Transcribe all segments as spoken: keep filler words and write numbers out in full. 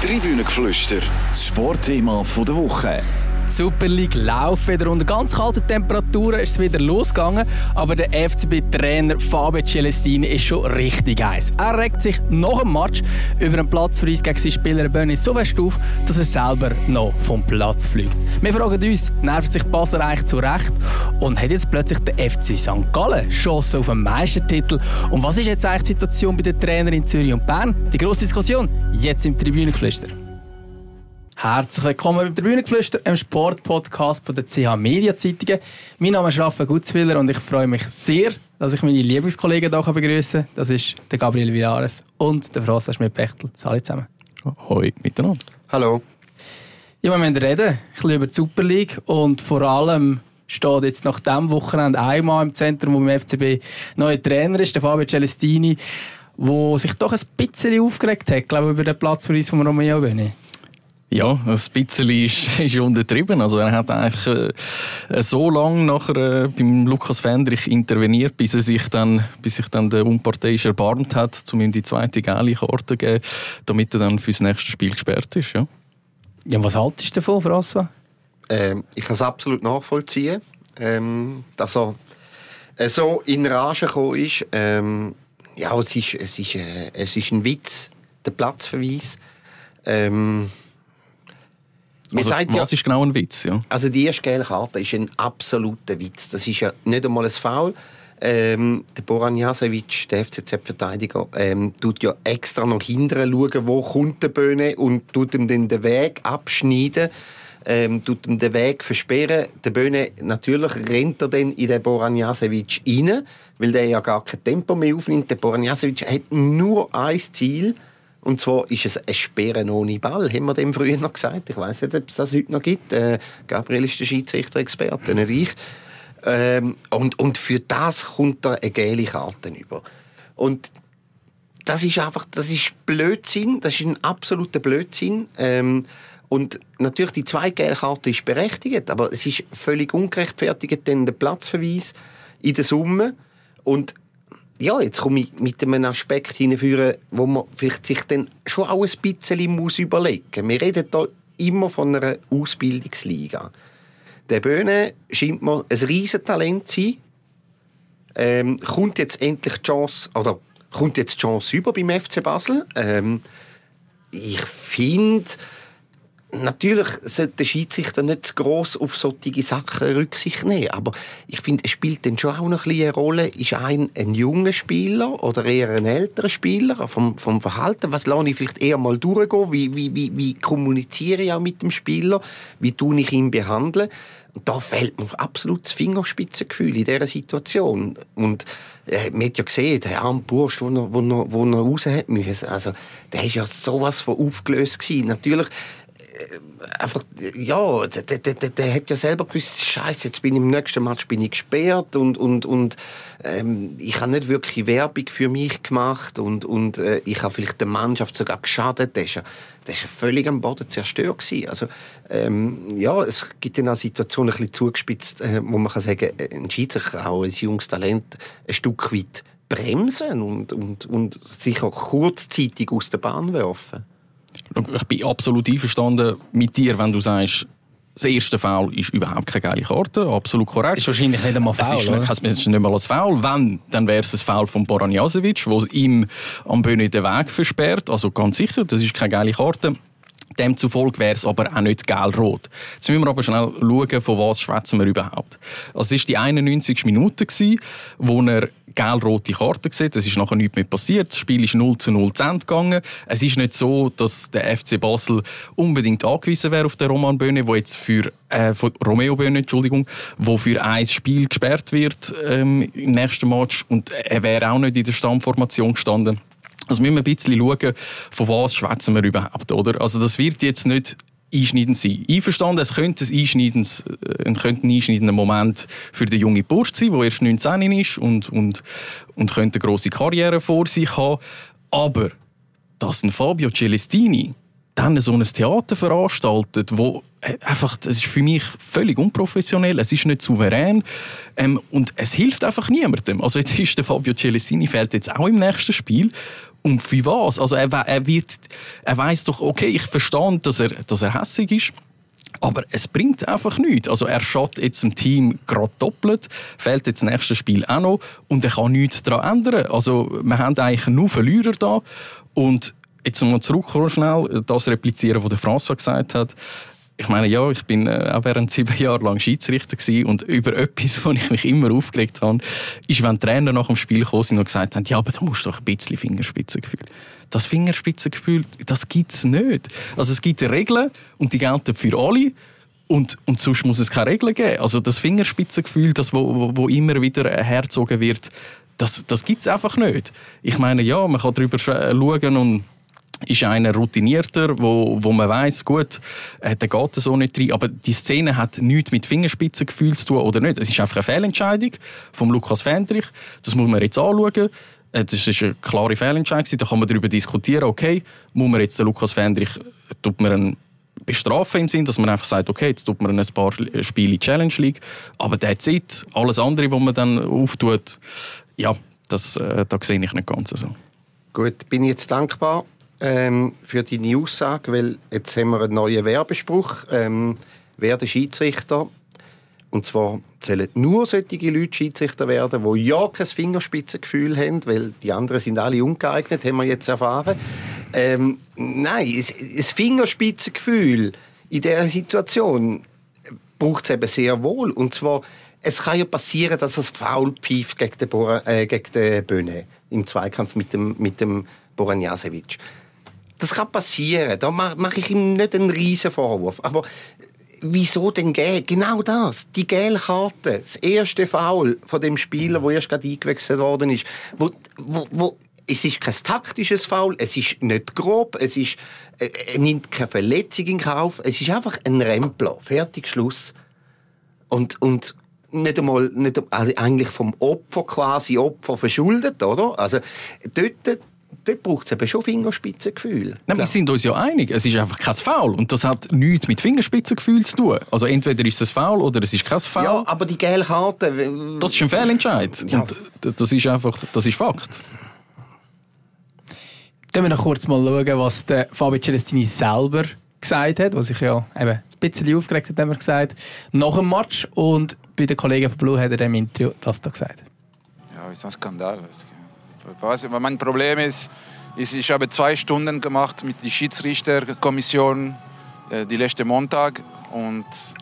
Tribünengeflüster, das Sportthema der Woche. Die Super League läuft wieder. Unter ganz kalten Temperaturen ist es wieder losgegangen. Aber der F C B-Trainer Fabio Celestini ist schon richtig heiß. Er regt sich nach dem Match über einen Platzverweis gegen seinen Spieler Böni so fest auf, dass er selber noch vom Platz fliegt. Wir fragen uns, nervt sich Basel eigentlich zu Recht? Und hat jetzt plötzlich der F C Sankt Gallen Chancen auf einen Meistertitel? Und was ist jetzt eigentlich die Situation bei den Trainern in Zürich und Bern? Die grosse Diskussion jetzt im Tribünengeflüster. Herzlich willkommen beim Tribünengeflüster, einem Sportpodcast von der C H Media Zeitungen. Mein Name ist Raphael Gutzwiller und ich freue mich sehr, dass ich meine Lieblingskollegen hier begrüßen kann. Das ist der Gabriel Villares und der François Schmidt-Bechtel. Hallo zusammen. Hoi miteinander. Hallo. Ja, wir müssen reden ein bisschen über die Super League und vor allem steht jetzt nach diesem Wochenende einmal im Zentrum, wo beim F C B neuer Trainer ist, der Fabio Celestini, der sich doch ein bisschen aufgeregt hat, glaube ich, über den Platzverweis von Romeo Böni. Ja, ein bisschen ist, ist untertrieben. Also er hat eigentlich äh, so lange nachher äh, beim Lukas Fendrich interveniert, bis er sich dann, bis sich dann der Unparteiische erbarmt hat, um ihm die zweite gelbe Karte zu geben, damit er dann fürs nächste Spiel gesperrt ist. Ja, ja, was haltest du davon, François? Ähm, ich kann es absolut nachvollziehen, ähm, dass er äh, so in Rage gekommen ist. Ähm, ja, es ist, es, ist, äh, es ist ein Witz, der Platzverweis. Ähm, Also, sagt was ja, ist genau ein Witz? Ja? Also die erste gelbe Karte ist ein absoluter Witz. Das ist ja nicht einmal ein Foul. Ähm, der Boran Jasevic, der F C Z-Verteidiger, ähm, tut ja extra noch hinterher schauen, wo kommt der Böhne und tut ihm dann den Weg abschneiden, ähm, tut ihm den Weg versperren. Der Böhne, natürlich rennt er dann in den Boran Jasevic rein, weil der ja gar kein Tempo mehr aufnimmt. Der Boran Jasevic hat nur ein Ziel, und zwar ist es ein Sperren ohne Ball, haben wir dem früher noch gesagt. Ich weiss nicht, ob es das heute noch gibt. Äh, Gabriel ist der Schiedsrichter-Experte, nicht ich. Ähm, und, und für das kommt er eine gelbe Karte über. Und das ist einfach, das ist Blödsinn, das ist ein absoluter Blödsinn. Ähm, und natürlich, die zweite gelbe Karte ist berechtigt, aber es ist völlig ungerechtfertigt, denn der Platzverweis in der Summe. Und ja, jetzt komme ich mit einem Aspekt hinführen, wo man vielleicht sich dann schon auch ein bisschen muss überlegen muss. Wir reden hier immer von einer Ausbildungsliga. Der Böhne scheint mir ein Riesentalent zu sein. Ähm, kommt jetzt endlich die Chance, oder kommt jetzt die Chance über beim F C Basel? Ähm, ich finde, natürlich sollte der Schiedsrichter nicht zu gross auf solche Sachen Rücksicht nehmen. Aber ich finde, es spielt dann schon auch noch ein eine Rolle. Ist ein, ein junger Spieler oder eher ein älterer Spieler vom, vom Verhalten? Was lasse ich vielleicht eher mal durchgehen? Wie, wie, wie, wie kommuniziere ich auch mit dem Spieler? Wie tue ich ihn behandeln? Und da fehlt mir absolut das Fingerspitzengefühl in dieser Situation. Und äh, man hat ja gesehen, der arme Bursch, den er, wo er, wo er raus hat müssen, also, der war ja sowas von aufgelöst gewesen. Natürlich, einfach, ja, der, der, der, der hat ja selber gewusst, Scheiße, jetzt bin ich im nächsten Match bin ich gesperrt und, und, und ähm, ich habe nicht wirklich Werbung für mich gemacht und, und äh, ich habe vielleicht der Mannschaft sogar geschadet. Der ist ja, der ist ja völlig am Boden zerstört gewesen. Also, ähm, ja, es gibt dann auch Situationen ein bisschen zugespitzt, äh, wo man kann sagen, ein Schiedsrichter, auch ein junges Talent, ein Stück weit bremsen und, und, und sich auch kurzzeitig aus der Bahn werfen. Ich bin absolut einverstanden mit dir, wenn du sagst, das erste Foul ist überhaupt keine geile Karte. Absolut korrekt. Das ist wahrscheinlich nicht einmal Foul, es ist, oder? Es ist nicht mal ein Foul. Wenn, dann wäre es ein Foul von Boran Jasevic, der ihm am Böhne den Weg versperrt. Also ganz sicher, das ist keine geile Karte. Demzufolge wäre es aber auch nicht gelb-rot. Jetzt müssen wir aber schnell schauen, von was schwätzen wir überhaupt. Also es war die einundneunzigste Minute, wo er gelb-rote Karte gesehen. Es ist nachher nichts mehr passiert. Das Spiel ist null zu null zu Ende gegangen. Es ist nicht so, dass der F C Basel unbedingt angewiesen wäre auf den Roman Böhne, der jetzt für äh, von Romeo Böhne, Entschuldigung, wo für ein Spiel gesperrt wird ähm, im nächsten Match. Und er wäre auch nicht in der Stammformation gestanden. Also müssen wir ein bisschen schauen, von was schwätzen wir überhaupt, oder? Also das wird jetzt nicht einschneidend sein. Einverstanden, es könnte ein, einschneidendes, äh, könnte ein einschneidender Moment für den jungen Bursch sein, der erst neunzehn ist und, und, und könnte eine grosse Karriere vor sich haben. Aber dass ein Fabio Celestini dann so ein Theater veranstaltet, wo einfach, das ist für mich völlig unprofessionell, es ist nicht souverän ähm, und es hilft einfach niemandem. Also jetzt ist der Fabio Celestini fehlt jetzt auch im nächsten Spiel. Und für was? Also er, er, wird, er weiss doch, okay, ich verstehe, dass er, dass er hässig ist. Aber es bringt einfach nichts. Also er schaut jetzt dem Team gerade doppelt, fehlt jetzt das nächste Spiel auch noch und er kann nichts daran ändern. Also wir haben eigentlich nur Verlierer da. Und jetzt mal zurück schnell, das replizieren, was der François gesagt hat. Ich meine, ja, ich bin äh, auch während sieben Jahren lang Schiedsrichter gewesen und über etwas, wo ich mich immer aufgeregt habe, ist, wenn die Trainer nach dem Spiel gekommen sind und gesagt haben, ja, aber da musst du doch ein bisschen Fingerspitzengefühl. Das Fingerspitzengefühl, das gibt es nicht. Also es gibt Regeln und die gelten für alle und, und sonst muss es keine Regeln geben. Also das Fingerspitzengefühl, das wo, wo, wo immer wieder hergezogen wird, das, das gibt es einfach nicht. Ich meine, ja, man kann darüber schauen und ist einer routinierter, wo, wo man weiss, gut, äh, der geht so nicht rein. Aber die Szene hat nichts mit Fingerspitzengefühl zu tun oder nicht. Es ist einfach eine Fehlentscheidung von Lukas Fendrich. Das muss man jetzt anschauen. Äh, das ist eine klare Fehlentscheidung. Da kann man darüber diskutieren, okay, muss man jetzt den Lukas Fendrich tut man einen bestrafen im Sinn, dass man einfach sagt, okay, jetzt tut man ein paar Spiele Challenge League. Aber der Zeit, alles andere, was man dann auftut, ja, das, äh, da sehe ich nicht ganz so. Gut, bin ich jetzt dankbar Ähm, für deine Aussage, weil jetzt haben wir einen neuen Werbespruch. Ähm, wer der Schiedsrichter? Und zwar sollen nur solche Leute Schiedsrichter werden, die ja kein Fingerspitzengefühl haben, weil die anderen sind alle ungeeignet, haben wir jetzt erfahren. Ähm, nein, das Fingerspitzengefühl in dieser Situation braucht es eben sehr wohl. Und zwar, es kann ja passieren, dass es Foul pfeift gegen den, Bora, äh, gegen den Böne im Zweikampf mit dem, mit dem Boranjasevic. Das kann passieren, da mache ich ihm nicht einen riesen Vorwurf. Aber wieso denn gelb? Genau das, die gelbe Karte, das erste Foul von dem Spieler, der erst gerade eingewechselt worden ist. Wo, wo, wo, es ist kein taktisches Foul, es ist nicht grob, es ist, äh, er nimmt keine Verletzung in Kauf, es ist einfach ein Rempler, fertig, Schluss. Und, und nicht einmal, nicht, also eigentlich vom Opfer quasi Opfer verschuldet, oder? Also dort Dort braucht es eben schon Fingerspitzengefühl. Nein, wir sind uns ja einig, es ist einfach kein Foul. Und das hat nichts mit Fingerspitzengefühl zu tun. Also entweder ist es ein Foul oder es ist kein Foul. Ja, aber die gelbe Karte... Das ist ein Fehlentscheid. Ja. Und das ist einfach, das ist Fakt. Dann wir noch kurz mal schauen, was der Fabio Celestini selber gesagt hat, was sich ja eben ein bisschen aufgeregt hat, haben wir gesagt, nach dem Match. Und bei den Kollegen von Blue hat er im Interview das da gesagt. Ja, ist ein Skandal. Was mein Problem ist, ist, ich habe zwei Stunden gemacht mit der Schiedsrichterkommission äh, die letzten Montag und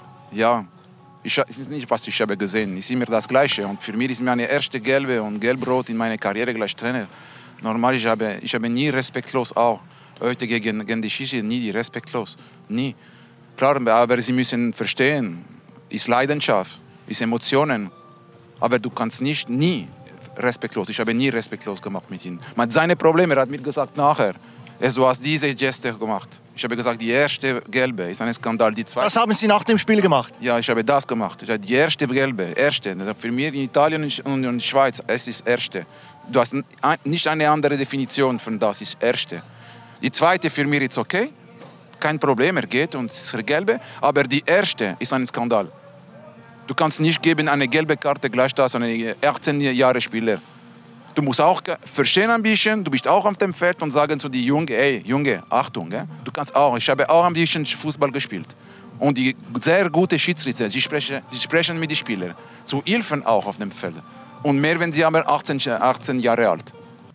ja, ich, es ist nicht, was ich habe gesehen, es ist immer das Gleiche und für mich ist meine erste gelbe und gelb-rot in meiner Karriere gleich Trainer. Normal, ich habe, ich habe nie respektlos auch heute gegen, gegen die Schiedsrichter nie respektlos, nie. Klar, aber Sie müssen verstehen, ist Leidenschaft, ist Emotionen, aber du kannst nicht nie respektlos. Ich habe nie respektlos gemacht mit ihm. Mit seine Probleme, er hat mir gesagt nachher, du hast diese Geste gemacht. Ich habe gesagt, die erste gelbe ist ein Skandal. Die zweite, was haben Sie nach dem Spiel gemacht? Ja, ich habe das gemacht. Ich habe die erste gelbe, erste. Für mich in Italien und in der Schweiz, es ist erste. Du hast nicht eine andere Definition von das, ist erste. Die zweite für mich ist okay, kein Problem, er geht und es ist gelbe. Aber die erste ist ein Skandal. Du kannst nicht geben eine gelbe Karte gleich das an einen achtzehn Jahre Spieler. Du musst auch verstehen ein bisschen, du bist auch auf dem Feld und sagen zu den Jungen, ey, Junge, Achtung, eh? Du kannst auch, ich habe auch ein bisschen Fußball gespielt. Und die sehr gute Schiedsrichter, die sprechen, die sprechen mit den Spielern, zu helfen auch auf dem Feld. Und mehr, wenn sie aber achtzehn, achtzehn Jahre alt.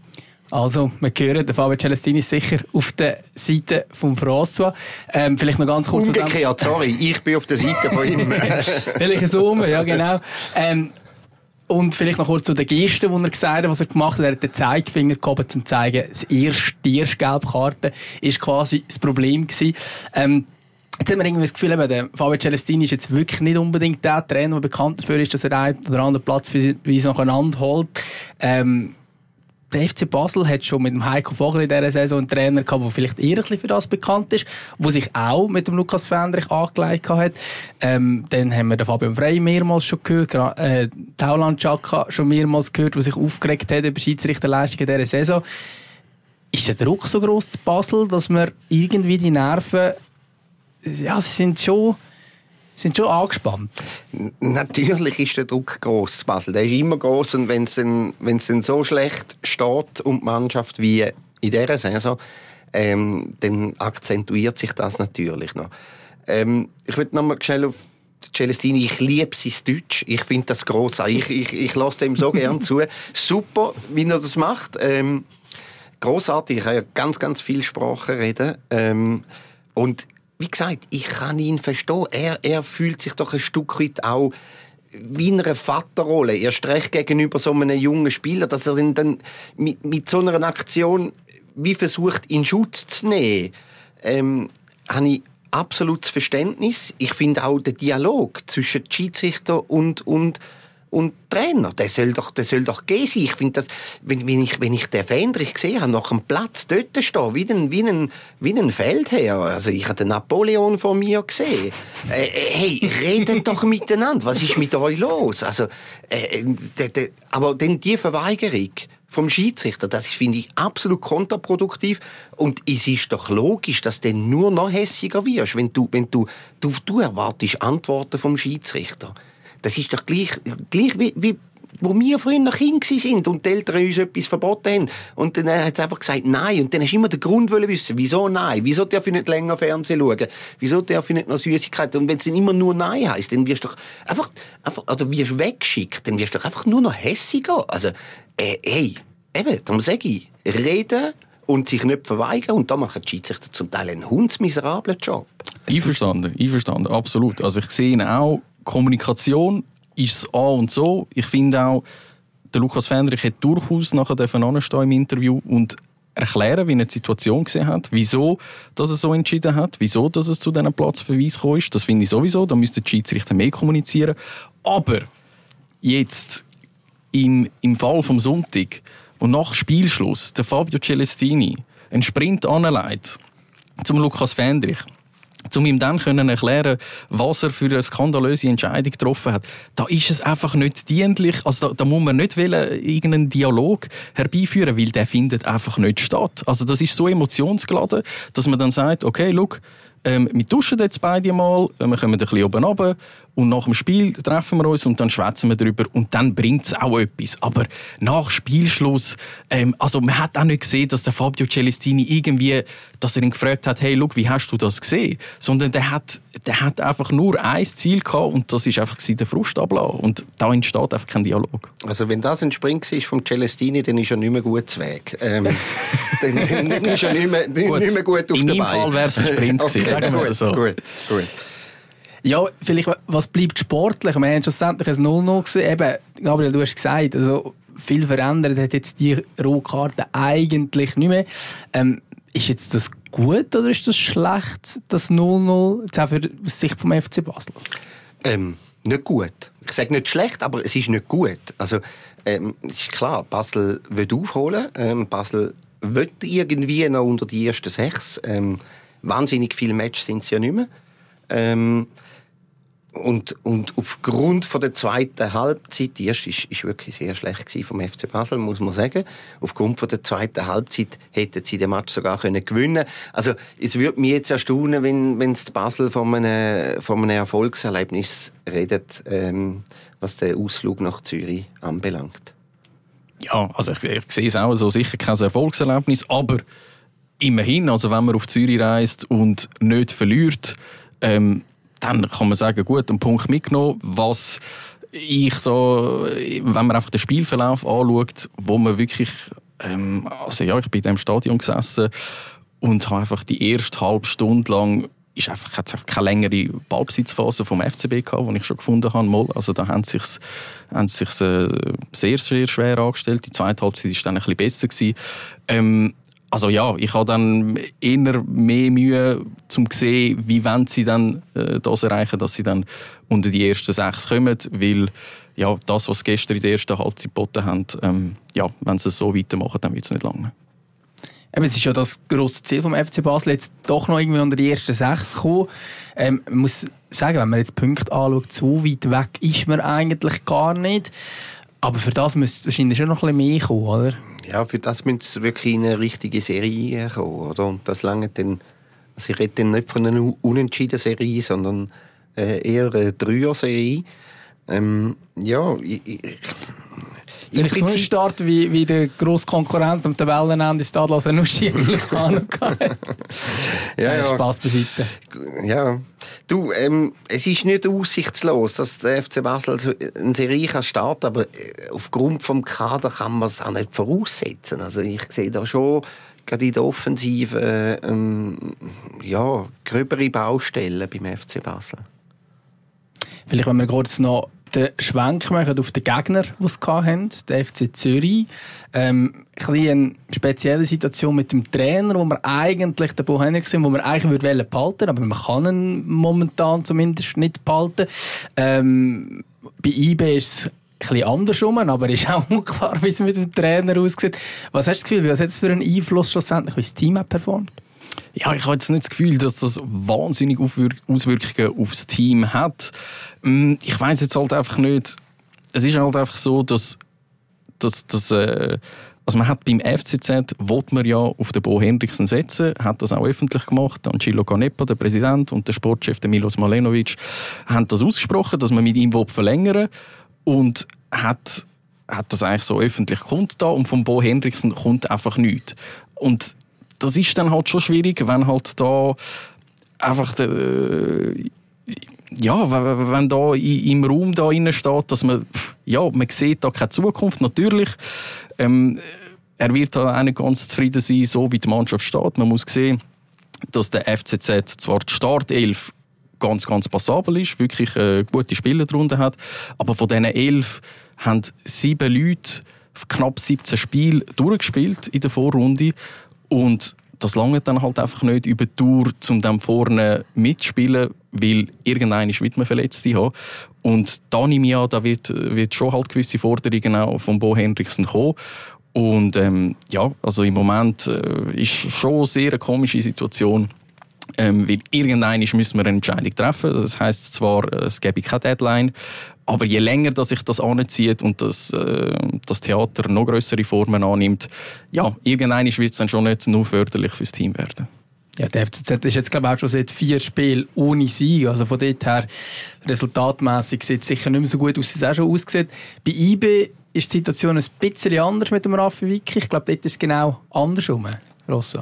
Also, wir hören, der Fabio Celestini ist sicher auf der Seite von François. Ähm, vielleicht noch ganz kurz... Umgekehrt, sorry, ich bin auf der Seite von ihm. Vielleicht so um, ja genau. Ähm, und vielleicht noch kurz zu den Gesten, die er gesagt hat, was er gemacht hat. Er hat den Zeigefinger gehoben, um zu zeigen, die erste, die erste gelbe Karte war quasi das Problem gewesen. Ähm, Jetzt haben wir irgendwie das Gefühl, eben, der Fabio Celestini ist jetzt wirklich nicht unbedingt der Trainer, der bekannt dafür ist, dass er einen oder anderen Platz für uns nacheinander holt. Ähm, Der F C Basel hat schon mit dem Heiko Vogel in dieser Saison einen Trainer gehabt, der vielleicht eher ein bisschen für das bekannt ist, der sich auch mit dem Lukas Fendrich angelegt hat. Ähm, dann haben wir den Fabian Frey mehrmals schon gehört, äh, Tauland Chaka schon mehrmals gehört, der sich aufgeregt hat über Schiedsrichterleistungen in dieser Saison. Ist der Druck so gross zu Basel, dass man irgendwie die Nerven, ja, sie sind schon... sind schon angespannt. Natürlich ist der Druck gross, Basel. Der ist immer gross, und wenn es dann, wenn es dann so schlecht steht und die Mannschaft wie in dieser Saison, ähm, dann akzentuiert sich das natürlich noch. Ähm, ich würde noch mal schnell auf Celestini, ich liebe sein Deutsch. Ich finde das grossartig. Ich, ich, ich lasse dem so gerne zu. Super, wie er das macht. Ähm, grossartig. Ich kann ja ganz, ganz viele Sprachen reden. Ähm, und wie gesagt, ich kann ihn verstehen. Er, er fühlt sich doch ein Stück weit auch wie in einer Vaterrolle. Erst recht gegenüber so einem jungen Spieler, dass er ihn dann mit, mit so einer Aktion wie versucht, in Schutz zu nehmen. Ähm, habe ich absolutes Verständnis. Ich finde auch den Dialog zwischen Schiedsrichter und, und, und Trainer, der soll doch, der soll doch gehen sein. Ich finde das, wenn, wenn, ich, wenn ich den Fendrich gesehen habe, nach dem Platz dort stehen, wie ein, wie ein, wie ein Feldherr. Also ich habe den Napoleon vor mir gesehen. Äh, hey, redet doch miteinander. Was ist mit euch los? Also, äh, de, de, aber dann die Verweigerung vom Schiedsrichter, das ist, finde ich, absolut kontraproduktiv. Und es ist doch logisch, dass du nur noch hässiger wirst, wenn du, wenn du, du, du erwartest Antworten vom Schiedsrichter. Das ist doch gleich, gleich wie, wie wo wir früher noch Kinder sind und die Eltern uns etwas verboten haben. Und dann hat es einfach gesagt, nein. Und dann hast du immer den Grund wissen, wieso nein? Wieso darf ich nicht länger Fernsehen schauen? Wieso darf ich nicht noch Süßigkeiten? Und wenn es dann immer nur nein heisst, dann wirst du doch einfach, einfach oder wirst weggeschickt, dann wirst du doch einfach nur noch hässiger. Also, äh, hey, eben, darum sage ich, reden und sich nicht verweigern. Und da machen die Schiedsrichter zum Teil einen hundsmiserablen Job. Einverstanden, einverstanden, absolut. Also ich sehe auch, Kommunikation ist das A und so. Ich finde auch, der Lukas Fendrich hat durchaus nachher anstehen im Interview und erklären, wie er die Situation gesehen hat, wieso dass er so entschieden hat, wieso dass es zu diesem Platzverweis gekommen ist. Das finde ich sowieso, da müssten die Schiedsrichter mehr kommunizieren. Aber jetzt im, im Fall vom Sonntag, wo nach Spielschluss der Fabio Celestini einen Sprint anlegt zum Lukas Fendrich, um ihm dann können erklären, was er für eine skandalöse Entscheidung getroffen hat, da ist es einfach nicht dienlich. Also da, da muss man nicht wollen, irgendeinen Dialog herbeiführen, weil der findet einfach nicht statt. Also das ist so emotionsgeladen, dass man dann sagt, okay, schau, ähm, wir duschen jetzt beide mal, wir kommen ein bisschen oben runter und nach dem Spiel treffen wir uns und dann schwätzen wir darüber und dann bringt es auch etwas. Aber nach Spielschluss, ähm, also man hat auch nicht gesehen, dass der Fabio Celestini irgendwie, dass er ihn gefragt hat, hey, schau, wie hast du das gesehen? Sondern der hat, der hat einfach nur ein Ziel gehabt und das ist einfach der Frust ablassen. Und da entsteht einfach kein Dialog. Also wenn das ein Sprint ist vom Celestini, dann ist er nicht mehr gut zu Weg. Ähm, dann, dann, dann ist er nicht mehr, gut, nicht mehr gut auf in der In Beine. Fall wäre es ein Sprint okay, gewesen, sagen wir es so. Gut, gut. Ja, vielleicht, was bleibt sportlich? Wir haben schlussendlich ein null null gesehen. Eben, Gabriel, du hast gesagt, also viel verändert hat jetzt die Rotkarte eigentlich nicht mehr. Ähm, ist jetzt das gut oder ist das schlecht, das null null, jetzt auch für, aus Sicht vom F C Basel? Ähm, nicht gut. Ich sage nicht schlecht, aber es ist nicht gut. Also, ähm, es ist klar, Basel will aufholen. Ähm, Basel will irgendwie noch unter die ersten sechs. Ähm, wahnsinnig viele Matches sind es ja nicht mehr. Ähm, und, und aufgrund von der zweiten Halbzeit, die erste ist, ist wirklich sehr schlecht gewesen vom F C Basel, muss man sagen. Aufgrund von der zweiten Halbzeit hätten sie den Match sogar können gewinnen. Also es würde mich jetzt erstaunen, wenn wenn es Basel von einem, von einem Erfolgserlebnis redet, ähm, was den Ausflug nach Zürich anbelangt. Ja, also ich, ich sehe es auch so, sicher kein Erfolgserlebnis, aber immerhin, also wenn man auf Zürich reist und nicht verliert, ähm, dann kann man sagen, gut, einen Punkt mitgenommen. Was ich so, wenn man einfach den Spielverlauf anschaut, wo man wirklich, ähm, also ja, ich bin in diesem Stadion gesessen und habe einfach die erste halbe Stunde lang, ist einfach, hat es einfach keine längere Ballbesitzphase vom F C B gehabt, die ich schon gefunden habe. Mal. Also da haben sie sich haben sich äh, sehr, sehr schwer angestellt. Die zweite Halbzeit war dann ein bisschen besser gewesen. Ähm, Also ja, ich habe dann eher mehr Mühe, um zu sehen, wie wollen sie dann äh, das erreichen, dass sie dann unter die ersten sechs kommen, weil ja, das, was sie gestern in der ersten Halbzeit geboten haben, ähm, ja, wenn sie es so weitermachen, dann wird es nicht lange. Eben, es ist ja das grosse Ziel vom F C Basel, jetzt doch noch irgendwie unter die ersten sechs kommen. Ähm, man muss sagen, wenn man jetzt die Punkte anschaut, so weit weg ist man eigentlich gar nicht. Aber für das müsste wahrscheinlich schon noch ein bisschen mehr kommen, oder? Ja, für das müssen wirklich in eine richtige Serie kommen, oder? Und das lange dann, also ich rede dann nicht von einer Unentschieden-Serie, sondern äh, eher eine Dreier-Serie. Ähm, ja, ich, ich, Vielleicht so ein Start wie, wie der grosse Konkurrent am Tabellenende Stade Sanusi Lugano hatte. Ja, ja. Spass beiseite. Ja. Du, ähm, es ist nicht aussichtslos, dass der F C Basel so eine Serie kann starten, aber aufgrund des Kader kann man es auch nicht voraussetzen. Also ich sehe da schon gerade in der Offensive ähm, ja, gröbere Baustellen beim F C Basel. Vielleicht, wenn wir kurz noch den Schwenk machen auf den Gegner, den sie hatten, den F C Zürich. Ähm, ein eine spezielle Situation mit dem Trainer, wo wir eigentlich den Bo Henriksen sind, wo wir eigentlich behalten wollten, aber man kann ihn momentan zumindest nicht behalten. Ähm, bei I B ist es ein bisschen andersrum, aber es ist auch unklar, wie es mit dem Trainer aussieht. Was hast du das Gefühl, was hat es für einen Einfluss schlussendlich, wie das Team hat performt? Ja, ich habe jetzt nicht das Gefühl, dass das wahnsinnig Auswirkungen auf das Team hat. Ich weiss jetzt halt einfach nicht. Es ist halt einfach so, dass, dass, dass äh, also man hat beim F C Z wollte man ja auf den Bo Henriksen setzen, hat das auch öffentlich gemacht. Angelo Canepa, der Präsident, und der Sportchef der Milos Malenovic haben das ausgesprochen, dass man mit ihm verlängern will, und hat, hat das eigentlich so öffentlich kundgetan, und vom Bo Henriksen kommt einfach nichts. Und das ist dann halt schon schwierig, wenn halt da einfach äh, ja, wenn da im Raum da innen steht, dass man, ja, man sieht da keine Zukunft, natürlich. Ähm, er wird da auch nicht ganz zufrieden sein, so wie die Mannschaft steht. Man muss sehen, dass der F C Z zwar die Startelf ganz, ganz passabel ist, wirklich äh, gute Spieler drunter hat, aber von diesen elf haben sieben Leute knapp siebzehn Spiele durchgespielt in der Vorrunde, und das lange dann halt einfach nicht über die Tour, um dann vorne mitzuspielen, weil irgendeiner wird man Verletzte haben. Und da nehme ich an, da wird, wird schon halt gewisse Forderungen auch von Bo Henriksen kommen. Und ähm, ja, also im Moment äh, ist schon eine sehr komische Situation, ähm, weil irgendeiner müssen wir eine Entscheidung treffen. Das heisst zwar, es gäbe keine Deadline, aber je länger dass sich das anzieht und das, äh, das Theater noch grössere Formen annimmt, ja, irgendwann wird es dann schon nicht nur förderlich fürs Team werden. Ja, der F C Z ist jetzt, glaube ich, auch schon seit vier Spielen ohne Sieg. Also von dort her, resultatmässig sieht es sicher nicht mehr so gut aus, wie es auch schon aussieht. Bei I B ist die Situation ein bisschen anders mit dem Raffi Wicki. Ich glaube, dort ist es genau andersrum, Rosso.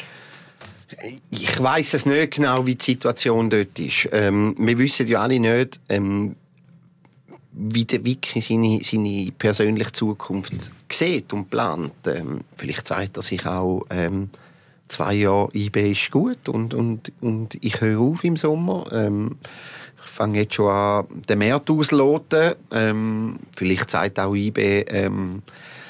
Ich weiss es nicht genau, wie die Situation dort ist. Ähm, wir wissen ja alle nicht, ähm, wie der Wicki seine, seine persönliche Zukunft sieht und plant. Ähm, vielleicht sagt er sich auch, ähm, zwei Jahre I B ist gut und, und, und ich höre auf im Sommer. Ähm, ich fange jetzt schon an, den Markt auszuloten. Ähm, vielleicht sagt auch I B, ähm,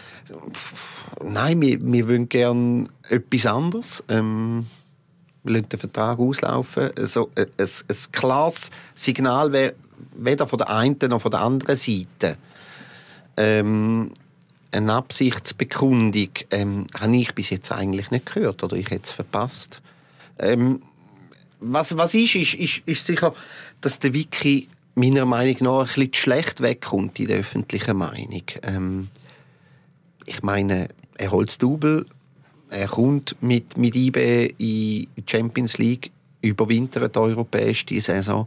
nein, wir, wir wollen gerne etwas anderes. Ähm, wir lassen den Vertrag auslaufen. Also, ein, ein, ein klares Signal wäre weder von der einen noch von der anderen Seite. Ähm, eine Absichtsbekundung ähm, habe ich bis jetzt eigentlich nicht gehört oder ich hätte es verpasst. Ähm, was, was ist, ist, ist, ist sicher, dass der Wicki meiner Meinung nach ein bisschen schlecht wegkommt in der öffentlichen Meinung. Ähm, ich meine, er holt das Double, er kommt mit, mit I B in die Champions League, überwintert europäisch die Saison.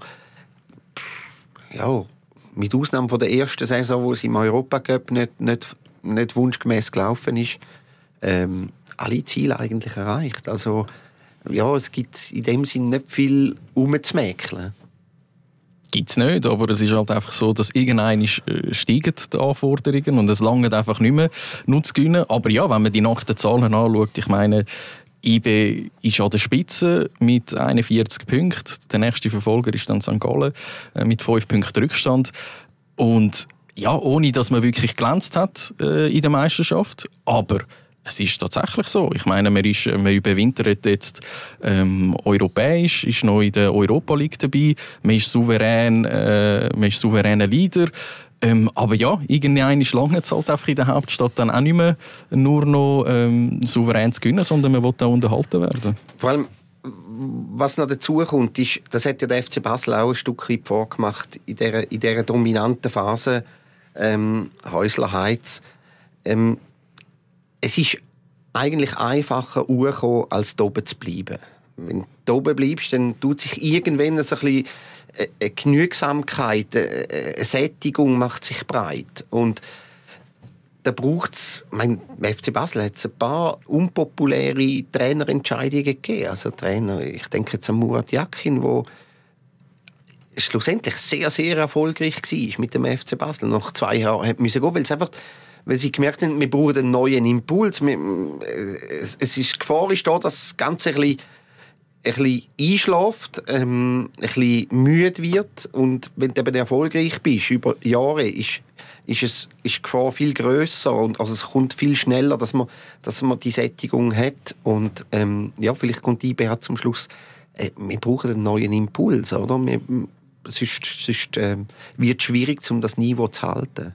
Ja, mit Ausnahme von der ersten Saison, wo es im Europacup nicht, nicht, nicht wunschgemäß gelaufen ist, ähm, alle Ziele eigentlich erreicht. Also ja, es gibt in dem Sinn nicht viel rumzumäkeln. Gibt es nicht, aber es ist halt einfach so, dass irgendwann steigen die Anforderungen und es langt einfach nicht mehr, nur zu gewinnen. Aber ja, wenn man die nackten Zahlen anschaut, ich meine, I B ist an der Spitze mit einundvierzig Punkten. Der nächste Verfolger ist dann Sankt Gallen äh, mit fünf Punkten Rückstand. Und ja, ohne dass man wirklich glänzt hat äh, in der Meisterschaft. Aber es ist tatsächlich so. Ich meine, man, ist, man überwintert jetzt ähm, europäisch, ist noch in der Europa League dabei. Man ist souverän, äh, man ist souveräner Leader. Ähm, aber ja, irgendwann ist lange es halt einfach in der Hauptstadt dann auch nicht mehr nur noch ähm, souverän zu gewinnen, sondern man will auch unterhalten werden. Vor allem, was noch dazu kommt, ist, das hat ja der F C Basel auch ein Stück weit vorgemacht in dieser, in dieser dominanten Phase ähm, Häusler Heiz. Ähm, es ist eigentlich einfacher hochgekommen, als da oben zu bleiben. Wenn du oben bleibst, dann tut sich irgendwann so ein bisschen eine Genügsamkeit, eine Sättigung macht sich breit. Und da braucht es, mein F C Basel hat es ein paar unpopuläre Trainerentscheidungen gegeben. Also Trainer, ich denke jetzt an Murat Yakin, der schlussendlich sehr, sehr erfolgreich war mit dem F C Basel. Nach zwei Jahren hat müssen gehen, weil es einfach, weil sie gemerkt haben, wir brauchen einen neuen Impuls. Wir, es, es ist die Gefahr ist da, dass das Ganze ein bisschen, ein bisschen einschläft, ähm, ein bisschen müde wird. Und wenn du eben erfolgreich bist über Jahre, ist, ist, es, ist die Gefahr viel grösser. Und also es kommt viel schneller, dass man, dass man die Sättigung hat. Und ähm, ja, vielleicht kommt die I B H zum Schluss, äh, wir brauchen einen neuen Impuls. Oder? Wir, sonst sonst äh, wird es schwierig, um das Niveau zu halten.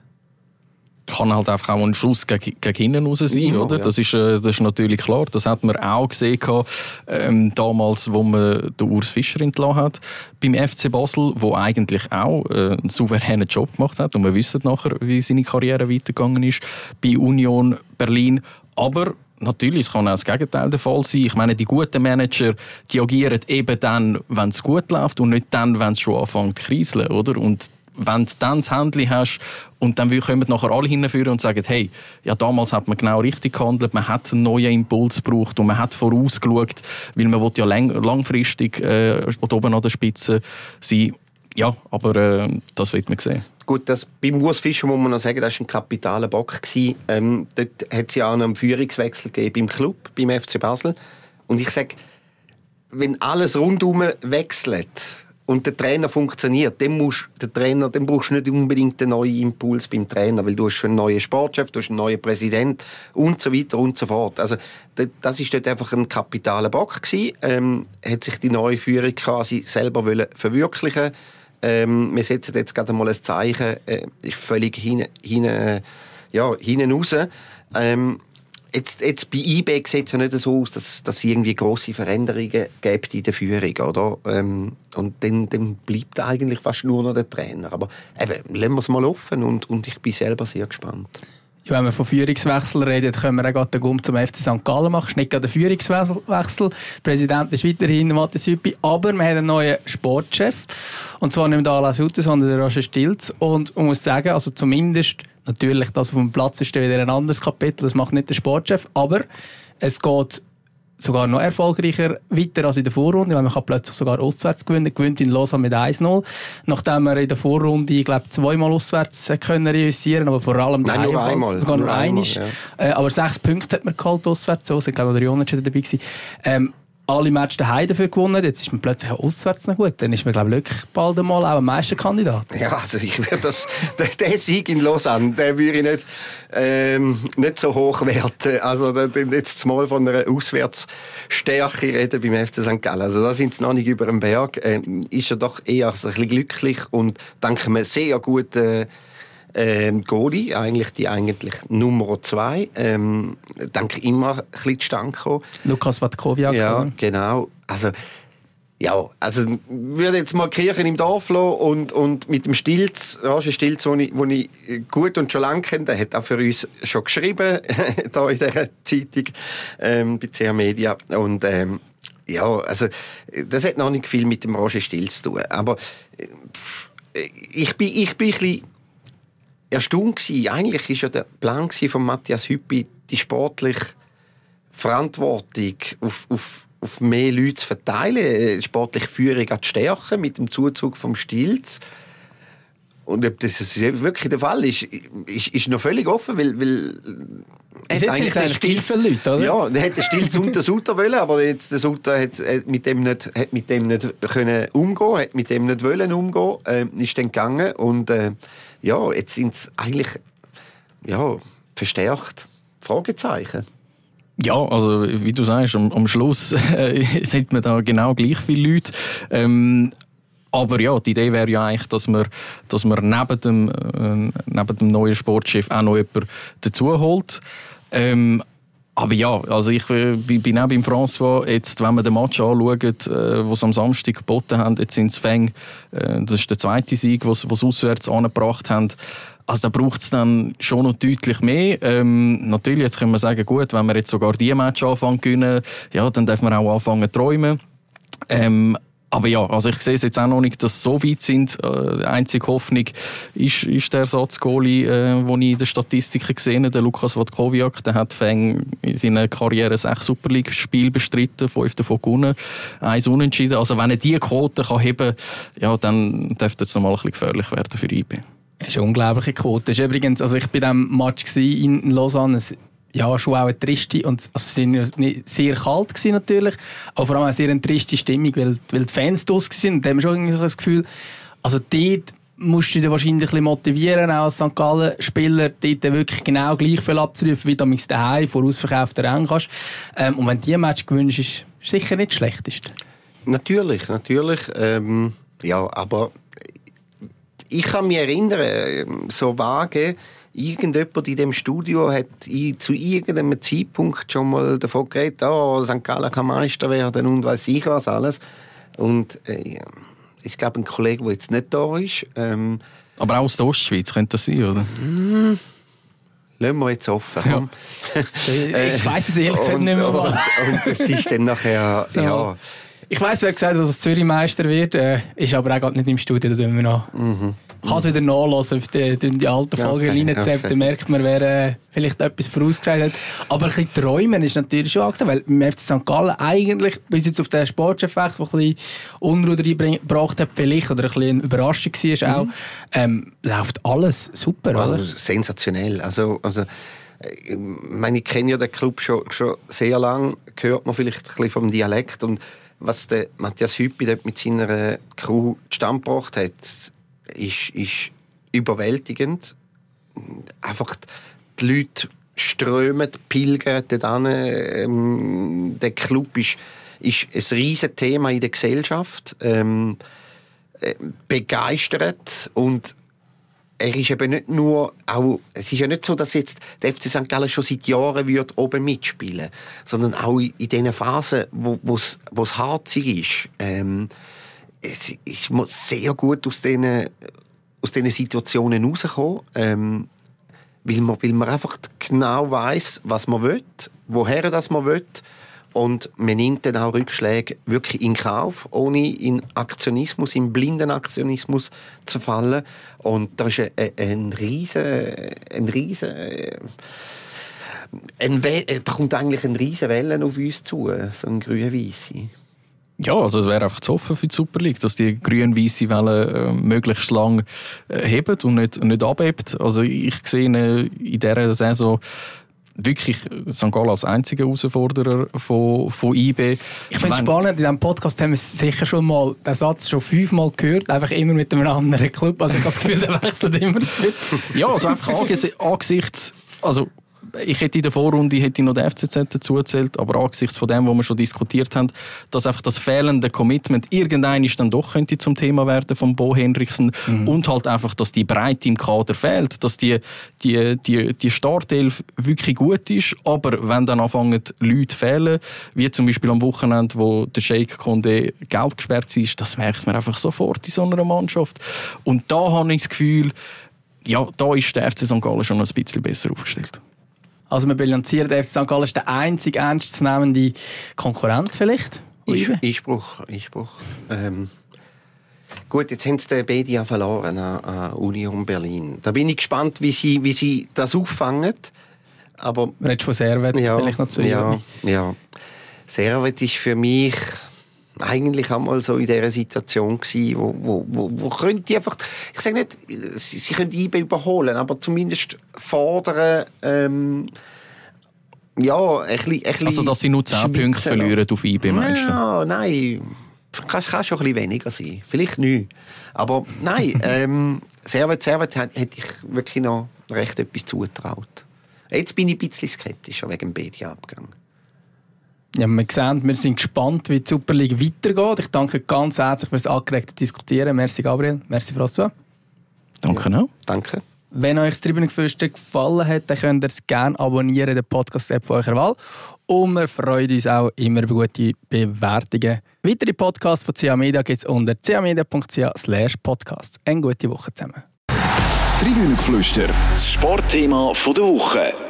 Kann halt einfach auch ein Schuss gegen, gegen hinten raus sein, Immer, oder? Ja. Das ist, äh, das ist natürlich klar. Das hat man auch gesehen, ähm, damals, wo man den Urs Fischer entlassen hat. Beim F C Basel, wo eigentlich auch äh, einen souveränen Job gemacht hat. Und wir wissen nachher, wie seine Karriere weitergegangen ist. Bei Union Berlin. Aber natürlich, es kann auch das Gegenteil der Fall sein. Ich meine, die guten Manager, die agieren eben dann, wenn es gut läuft und nicht dann, wenn es schon anfängt zu kriseln, oder? Und wenn du dann das Händchen hast und dann kommen nachher alle hinführen und sagen, hey, ja, damals hat man genau richtig gehandelt, man hat einen neuen Impuls gebraucht und man hat vorausgeschaut, weil man will ja lang, langfristig äh, oben an der Spitze sein. Ja, aber äh, das wird man sehen. Gut, das, beim Urs Fischer muss man noch sagen, das war ein kapitaler Bock. Ähm, dort hat es ja auch einen Führungswechsel gegeben beim Club, beim F C Basel. Und ich sage, wenn alles rundum wechselt und der Trainer funktioniert, dann, musst, der Trainer, dann brauchst du nicht unbedingt einen neuen Impuls beim Trainer, weil du hast schon einen neuen Sportchef, du hast einen neuen Präsident und so weiter und so fort. Also das ist dort einfach ein kapitaler Bock gewesen. Ähm, hat sich die neue Führung quasi selber wollen verwirklichen. Ähm, wir setzen jetzt gerade mal ein Zeichen, äh, ist völlig hinten, hinten, ja, hinten raus. Ähm, Jetzt, jetzt bei I B sieht es ja nicht so aus, dass, dass es irgendwie grosse Veränderungen gibt in der Führung, oder? Ähm, und dann, dann bleibt eigentlich fast nur noch der Trainer. Aber eben, lassen wir es mal offen und, und ich bin selber sehr gespannt. Ja, wenn wir von Führungswechsel reden, können wir auch gerade den Gump zum F C Sankt Gallen machen. Es ist nicht gerade ein Führungswechsel. Der Präsident ist weiterhin Matthias Hüppi, aber wir haben einen neuen Sportchef. Und zwar nicht mehr Alain Sutter, sondern der Roger Stilz. Und man muss sagen, also zumindest natürlich, das auf dem Platz ist wieder ein anderes Kapitel, das macht nicht der Sportchef, aber es geht sogar noch erfolgreicher weiter als in der Vorrunde, weil man kann plötzlich sogar auswärts gewinnen, gewinnt in Lausanne mit eins null, nachdem er in der Vorrunde, ich glaube, zweimal auswärts können realisieren, aber vor allem Nein, nur einmal. sogar nur, nur einmal, ja. äh, aber sechs Punkte hat man geholt auswärts, so, ich glaube, der Jonas war dabei gewesen. Ähm, alle Matches daheim dafür gewonnen, jetzt ist man plötzlich auch auswärts noch gut. Dann ist man, glaube ich, wirklich bald einmal auch ein Meisterkandidat. Ja, also ich würde das, den Sieg in Lausanne, den würde ich nicht, ähm, nicht so hoch werten. Also jetzt mal von einer Auswärtsstärke reden beim F C Sankt Gallen. Also da sind sie noch nicht über den Berg. Ähm, ist er doch eher so ein bisschen glücklich und dank einem sehr guten Ähm, Goalie, eigentlich die eigentlich Nummer zwei, ähm, denke immer ein bisschen zustande gekommen. Lukas Watkowiak. Ja, oder? genau. Also, ja, also würde jetzt mal Kirchen im Dorf lassen und, und mit dem Stilz, Roger Stilz, den ich, ich gut und schon lange kenne, der hat auch für uns schon geschrieben, da in dieser Zeitung, ähm, bei C H Media. Und ähm, ja, also das hat noch nicht viel mit dem Roger Stilz zu tun. Aber äh, ich bin, ich bin ein bisschen erstaunt gewesen. Eigentlich war ja der Plan von Matthias Hüppi, die sportliche Verantwortung auf, auf, auf mehr Leute zu verteilen, sportliche Führung zu stärken mit dem Zuzug vom Stilz. Und ob das wirklich der Fall ist, ist, ist noch völlig offen, weil, weil es hat eigentlich der Stilz, viele Leute, oder? Ja, der hätte Stilz und der Sutter wollen, aber jetzt der Sutter hat, hat mit dem nicht, hat mit dem nicht können umgehen, hat mit dem nicht wollen umgehen, äh, ist dann gegangen und äh, ja, jetzt sind es eigentlich ja, verstärkt Fragezeichen. Ja, also wie du sagst, am, am Schluss äh, sind wir da genau gleich viele Leute. Ähm, aber ja, die Idee wäre ja eigentlich, dass man, dass man neben, dem, äh, neben dem neuen Sportchef auch noch jemanden dazu holt. Ähm, aber ja, also ich äh, bin auch beim François, jetzt, wenn wir den Match anschauen, äh, was am Samstag geboten haben, jetzt sind es Fänge, äh, das ist der zweite Sieg, was sie auswärts angebracht haben. Also da braucht es dann schon noch deutlich mehr. Ähm, natürlich, jetzt können wir sagen, gut, wenn wir jetzt sogar diese Match anfangen können, ja, dann dürfen wir auch anfangen zu träumen. Ähm, Aber ja, also ich sehe es jetzt auch noch nicht, dass sie so weit sind. Äh, die einzige Hoffnung ist, ist der Ersatzgoalie, äh, den ich in den Statistiken gesehen habe, der Lukas Vodkowiak. Der hat in seiner Karriere sechs Super League-Spiele bestritten, fünf davon gewonnen, eins unentschieden. Also wenn er diese Quote kann heben kann, ja, dann dürfte es nochmal ein bisschen gefährlich werden für I B. Das ist eine unglaubliche Quote. Das ist übrigens, also ich war bei diesem Match in Lausanne. Ja, schon auch eine triste, und also sie waren sehr kalt gewesen, natürlich, aber vor allem eine sehr triste Stimmung, weil, weil die Fans draus waren. Und da haben wir schon irgendwie das Gefühl, also dort musst du dich wahrscheinlich ein bisschen motivieren, auch als Sankt Gallen-Spieler, dort wirklich genau gleich viel abzurufen, wie du mit daheim vor ausverkauften Rängen kannst. Ähm, und wenn du dieses Match gewünscht, ist es sicher nicht das Schlechteste. Natürlich, natürlich. Ähm, ja, aber ich kann mich erinnern, so vage, irgendjemand in dem Studio hat zu irgendeinem Zeitpunkt schon mal davon geredet, oh, Sankt Gallen kann Meister werden und weiss ich was alles. Und äh, ich glaube, ein Kollege, der jetzt nicht da ist. Ähm, Aber auch aus der Ostschweiz könnte das sein, oder? Mm, lassen wir jetzt offen. Ja. Ich weiss es ehrlich gesagt nicht mehr. Und, und es ist dann nachher, so. ja. Ich weiss, wer gesagt hat, dass es Zürich Meister wird, äh, ist aber auch nicht im Studio, da tun wir noch. Mhm. Ich kann es wieder nachhören, auf die, die alten Folgen okay, reinzählen, okay. Dann merkt man, wer äh, vielleicht etwas vorausgesagt hat. Aber ein bisschen träumen ist natürlich schon angesagt, weil im F C Sankt Gallen eigentlich, bis jetzt auf den Sportchefwechsel, der ein bisschen Unruhe reingebracht hat, vielleicht, oder ein bisschen eine Überraschung war auch, mhm. ähm, läuft alles super, also, oder? Sensationell. Also, also, ich meine, ich kenne ja den Club schon, schon sehr lange, hört man vielleicht ein bisschen vom Dialekt, und was der Matthias Hüppi dort mit seiner Crew zustande gebracht hat, ist, ist überwältigend. Einfach die Leute strömen, pilgern dort hin. Ähm, der Club ist, ist ein riesen Thema in der Gesellschaft. Ähm, äh, begeistert, und er ist eben nicht nur, auch, es ist ja nicht so, dass jetzt der F C Sankt Gallen schon seit Jahren wird oben mitspielen, sondern auch in diesen Phasen, wo es harzig ist. Ähm, es ist sehr gut aus diesen, aus diesen Situationen rauskommen, ähm, weil, man, weil man einfach genau weiss, was man will, woher das man will. Und man nimmt dann auch Rückschläge wirklich in Kauf, ohne in Aktionismus, in blinden Aktionismus zu fallen. Und da ist ein, ein riesen, ein riesen, ein We- da kommt eigentlich eine riesen Welle auf uns zu, so ein grün-weisse. Ja, also es wäre einfach zu hoffen für die Super League, dass die grün-weisse Welle äh, möglichst lang äh, hebt und nicht, nicht abhebt. Also ich sehe in dieser Saison wirklich Sankt Gallen als einziger Herausforderer von, von I B. Ich finde es spannend, in diesem Podcast haben wir sicher schon mal den Satz schon fünfmal gehört, einfach immer mit einem anderen Club. Also ich habe das Gefühl, der wechselt immer ein bisschen. Ja, also einfach angesichts, also ich hätte in der Vorrunde hätte ich noch den F C Z dazu gezählt, aber angesichts von dem, was wir schon diskutiert haben, dass einfach das fehlende Commitment irgendein ist dann doch könnte zum Thema werden von Bo Henriksen mhm. und halt einfach, dass die Breite im Kader fehlt, dass die, die, die, die Startelf wirklich gut ist, aber wenn dann anfangen Leute fehlen, wie zum Beispiel am Wochenende, wo der Sheikh Condé gelb gesperrt ist, das merkt man einfach sofort in so einer Mannschaft. Und da habe ich das Gefühl, ja, da ist der F C Sankt Gallen schon ein bisschen besser aufgestellt. Also wir bilanzieren, der F C Sankt Gallen ist der einzige ernstzunehmende Konkurrent vielleicht? Einspruch, Einspruch. Ähm, gut, jetzt haben sie den Bedia verloren an, an Union Berlin. Da bin ich gespannt, wie sie, wie sie das auffangen. Aber redest von Servet ja, vielleicht noch zu ja, ja. Servet ist für mich eigentlich einmal so in dieser Situation gewesen, wo, wo, wo, wo könnte einfach, ich sage nicht, sie, sie können I B überholen, aber zumindest fordern, ähm, ja, ein bisschen, ein bisschen also, dass sie nur zehn Punkte verlieren auf I B, meinst du? Ja, nein, kann, kann schon ein bisschen weniger sein, vielleicht nicht. Aber nein, ähm, Servet, Servet hätte ich wirklich noch recht etwas zugetraut. Jetzt bin ich ein bisschen skeptischer wegen dem Bedia-Abgang. Ja, wir sehen, wir sind gespannt, wie die Super League weitergeht. Ich danke ganz herzlich für das angeregte Diskutieren. Merci Gabriel, merci für alles zu. Danke ja, auch. Danke. Wenn euch das Tribünengeflüster gefallen hat, dann könnt ihr es gerne abonnieren, den Podcast-App von eurer Wahl. Und wir freuen uns auch immer über gute Bewertungen. Weitere Podcasts von C A Media gibt es unter c a media punkt c h slash podcast. Eine gute Woche zusammen. Tribünengeflüster, das Sportthema der Woche.